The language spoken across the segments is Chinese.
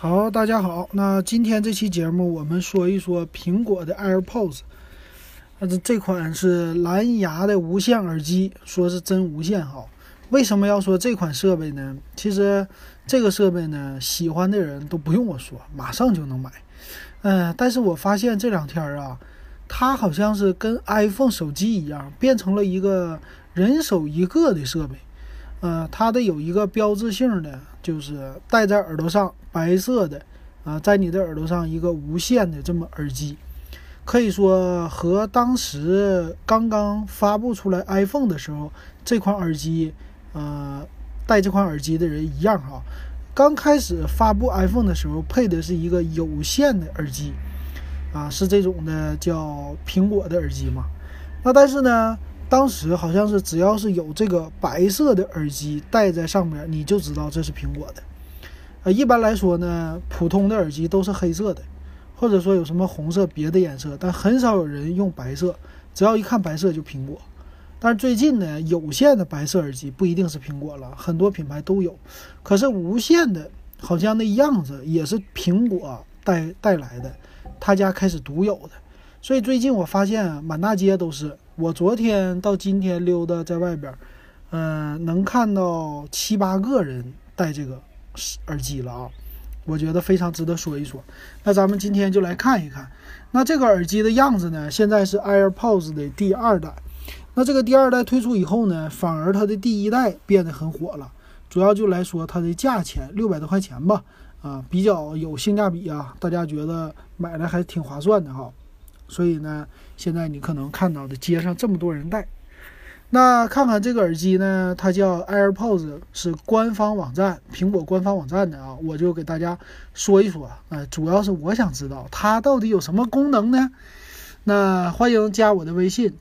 好，大家好。那今天这期节目我们说一说苹果的 AirPods。这款是蓝牙的无线耳机，说是真无线哈。为什么要说这款设备呢？其实这个设备呢，喜欢的人都不用我说，马上就能买。但是我发现这两天啊，它好像是跟 iPhone 手机一样，变成了一个人手一个的设备。它的有一个标志性的，就是戴在耳朵上，白色的，在你的耳朵上一个无线的这么耳机，可以说和当时刚刚发布出来 iPhone 的时候，这款耳机，戴这款耳机的人一样哈。刚开始发布 iPhone 的时候，配的是一个有线的耳机，是这种的叫苹果的耳机嘛。那但是呢，当时好像是只要是有这个白色的耳机戴在上面，你就知道这是苹果的。一般来说呢，普通的耳机都是黑色的，或者说有什么红色别的颜色，但很少有人用白色，只要一看白色就苹果。但是最近呢，有线的白色耳机不一定是苹果了，很多品牌都有，可是无线的好像那样子也是苹果带来的，他家开始独有的。所以最近我发现满大街都是，我昨天到今天溜达在外边，能看到7、8个人戴这个耳机了啊，我觉得非常值得说一说。那咱们今天就来看一看，那这个耳机的样子呢，现在是 AirPods 的第2代。那这个第2代推出以后呢，反而它的第1代变得很火了，主要就来说它的价钱600多块钱吧，比较有性价比啊，大家觉得买来还挺划算的哈。所以呢，现在你可能看到的街上这么多人戴。那看看这个耳机呢，它叫 AirPods， 是官方网站，苹果官方网站的啊，我就给大家说一说。主要是我想知道它到底有什么功能呢？那欢迎加我的微信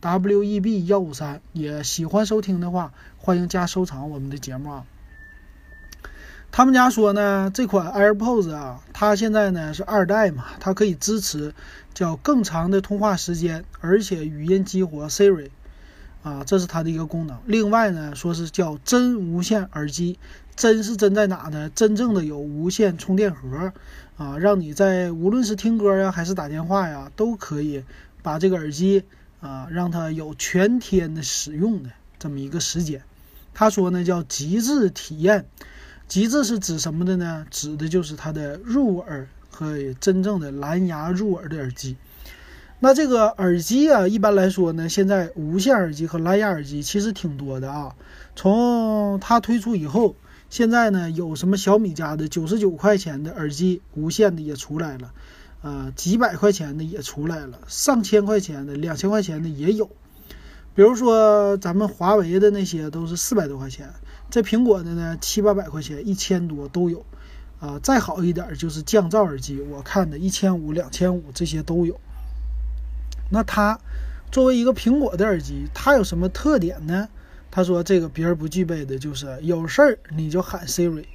WEB153， 也喜欢收听的话，欢迎加收藏我们的节目啊。他们家说呢，这款 AirPods 啊，它现在呢是2代嘛，它可以支持叫更长的通话时间，而且语音激活 Siri， 这是它的一个功能。另外呢，说是叫真无线耳机，真是真在哪呢？真正的有无线充电盒让你在无论是听歌呀还是打电话呀，都可以把这个耳机让它有全天的使用的这么一个时间。他说呢叫极致体验，极致是指什么的呢？指的就是它的入耳和真正的蓝牙入耳的耳机。那这个耳机一般来说呢，现在无线耳机和蓝牙耳机其实挺多的啊。从它推出以后，现在呢有什么小米家的99块钱的耳机无线的也出来了，几百块钱的也出来了，上千块钱的、2000块钱的也有。比如说咱们华为的那些都是400多块钱，这苹果的呢700、800块钱、1000多都有。再好一点就是降噪耳机，我看的1500、2500这些都有。那它作为一个苹果的耳机，它有什么特点呢？他说这个别人不具备的就是有事儿你就喊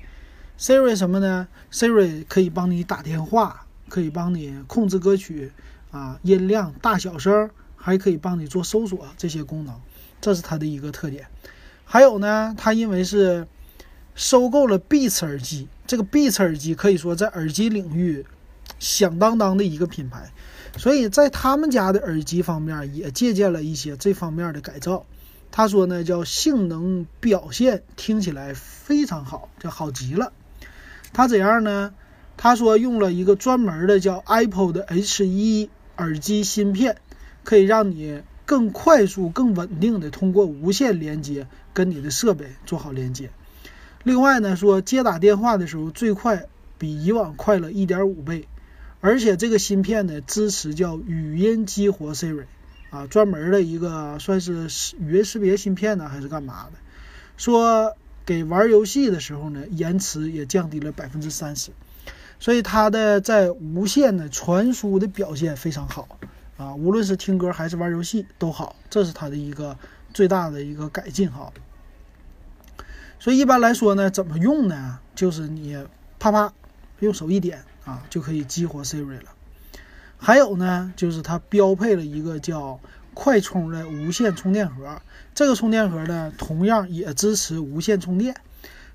Siri 什么呢？ Siri 可以帮你打电话，可以帮你控制歌曲音量大小声，还可以帮你做搜索，这些功能，这是它的一个特点。还有呢，它因为是收购了 Beats 耳机，这个 Beats 耳机可以说在耳机领域响当当的一个品牌，所以在他们家的耳机方面也借鉴了一些这方面的改造。他说呢叫性能表现听起来非常好，叫好极了。他怎样呢？他说用了一个专门的叫 Apple 的 H1 耳机芯片，可以让你更快速更稳定的通过无线连接跟你的设备做好连接。另外呢，说接打电话的时候最快比以往快了 1.5 倍，而且这个芯片呢支持叫语音激活 Siri，专门的一个算是语音识别芯片呢还是干嘛的。说给玩游戏的时候呢，延迟也降低了 30%， 所以它的在无线的传输的表现非常好无论是听歌还是玩游戏都好，这是它的一个最大的一个改进哈。所以一般来说呢，怎么用呢？就是你啪啪用手一点就可以激活 Siri 了。还有呢，就是它标配了一个叫快充的无线充电盒，这个充电盒呢同样也支持无线充电。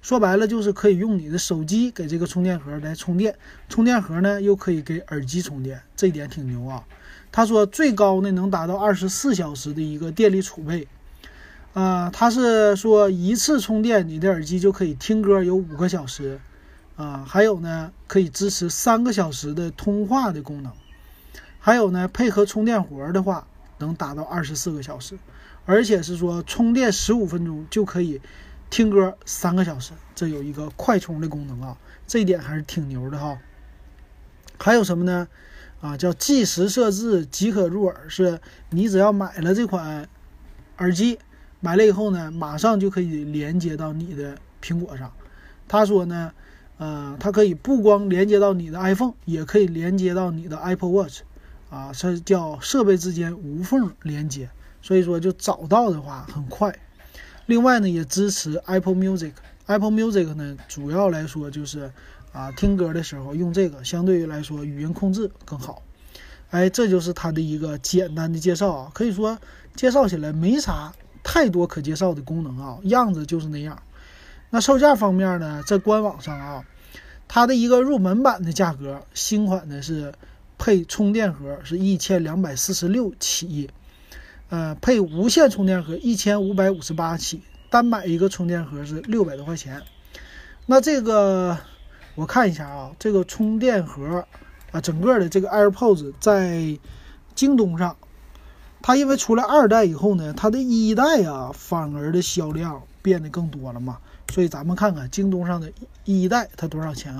说白了就是可以用你的手机给这个充电盒来充电，充电盒呢又可以给耳机充电，这一点挺牛啊。他说最高呢能达到24小时的一个电力储备。他是说一次充电你的耳机就可以听歌有5个小时，还有呢可以支持3个小时的通话的功能，还有呢配合充电活的话能达到24个小时，而且是说充电15分钟就可以听歌3个小时，这有一个快充的功能啊，这一点还是挺牛的哈。还有什么呢？叫即时设置即可入耳，是你只要买了这款耳机，买了以后呢，马上就可以连接到你的苹果上。他说呢，它可以不光连接到你的 iPhone， 也可以连接到你的 Apple Watch，是叫设备之间无缝连接，所以说就找到的话很快。另外呢，也支持 Apple Music。Apple Music 呢，主要来说就是听歌的时候用这个，相对于来说语音控制更好。这就是它的一个简单的介绍啊，可以说介绍起来没啥太多可介绍的功能啊，样子就是那样。那售价方面呢，在官网上它的一个入门版的价格，新款的是配充电盒是1246起，配无线充电盒1558起，单买一个充电盒是600多块钱。那这个我看一下这个充电盒整个的这个 AirPods 在京东上，它因为出了2代以后呢，它的1代反而的销量变得更多了嘛，所以咱们看看京东上的1代它多少钱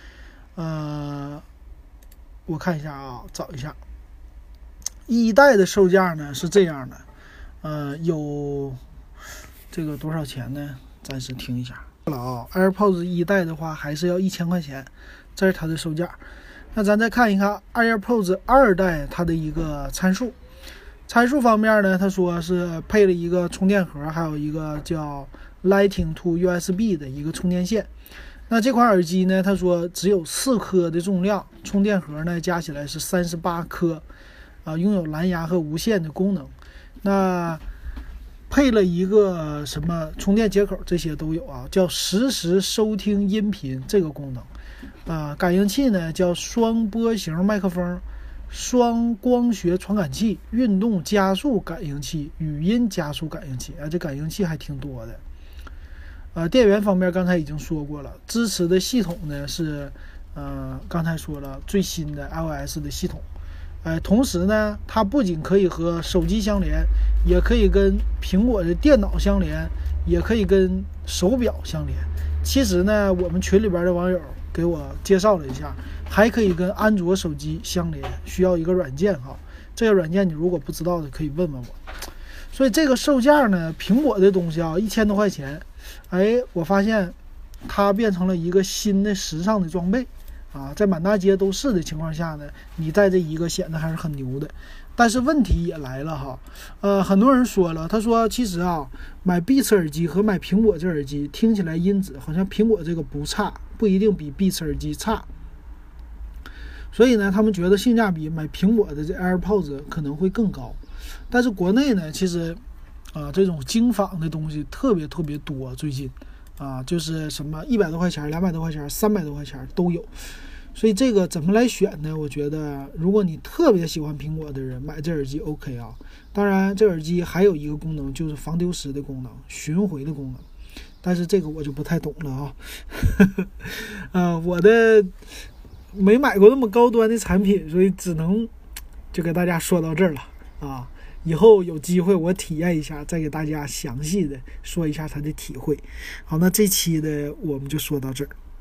我看一下找一下1代的售价呢是这样的，有这个多少钱呢？暂时听一下了AirPods 1代的话还是要1000块钱，这是它的售价。那咱再看一看 AirPods 2代它的一个参数。参数方面呢，他说是配了一个充电盒，还有一个叫 Lightning to USB 的一个充电线。那这款耳机呢，他说只有4颗的重量，充电盒呢加起来是38颗，拥有蓝牙和无线的功能。那配了一个什么充电接口，这些都有叫实时收听音频这个功能。感应器呢叫双波形麦克风、双光学传感器、运动加速感应器、语音加速感应器，这感应器还挺多的。电源方面刚才已经说过了，支持的系统呢是刚才说了最新的 iOS 的系统。同时呢，它不仅可以和手机相连，也可以跟苹果的电脑相连，也可以跟手表相连。其实呢，我们群里边的网友给我介绍了一下，还可以跟安卓手机相连，需要一个软件这个软件你如果不知道的可以问问我。所以这个售价呢，苹果的东西1000多块钱，我发现它变成了一个新的时尚的装备在满大街都是的情况下呢，你带这一个显得还是很牛的。但是问题也来了很多人说了，他说其实买 Beats 耳机和买苹果这耳机听起来音质好像苹果这个不差，不一定比 Beats 耳机差，所以呢他们觉得性价比买苹果的这 AirPods 可能会更高。但是国内呢其实这种精仿的东西特别特别多，最近就是什么100多块钱、200多块钱、300多块钱都有。所以这个怎么来选呢？我觉得如果你特别喜欢苹果的人买这耳机 OK 当然这耳机还有一个功能，就是防丢失的功能、巡回的功能，但是这个我就不太懂了我的没买过那么高端的产品，所以只能就给大家说到这儿了以后有机会我体验一下，再给大家详细的说一下它的体会。好，那这期的我们就说到这儿。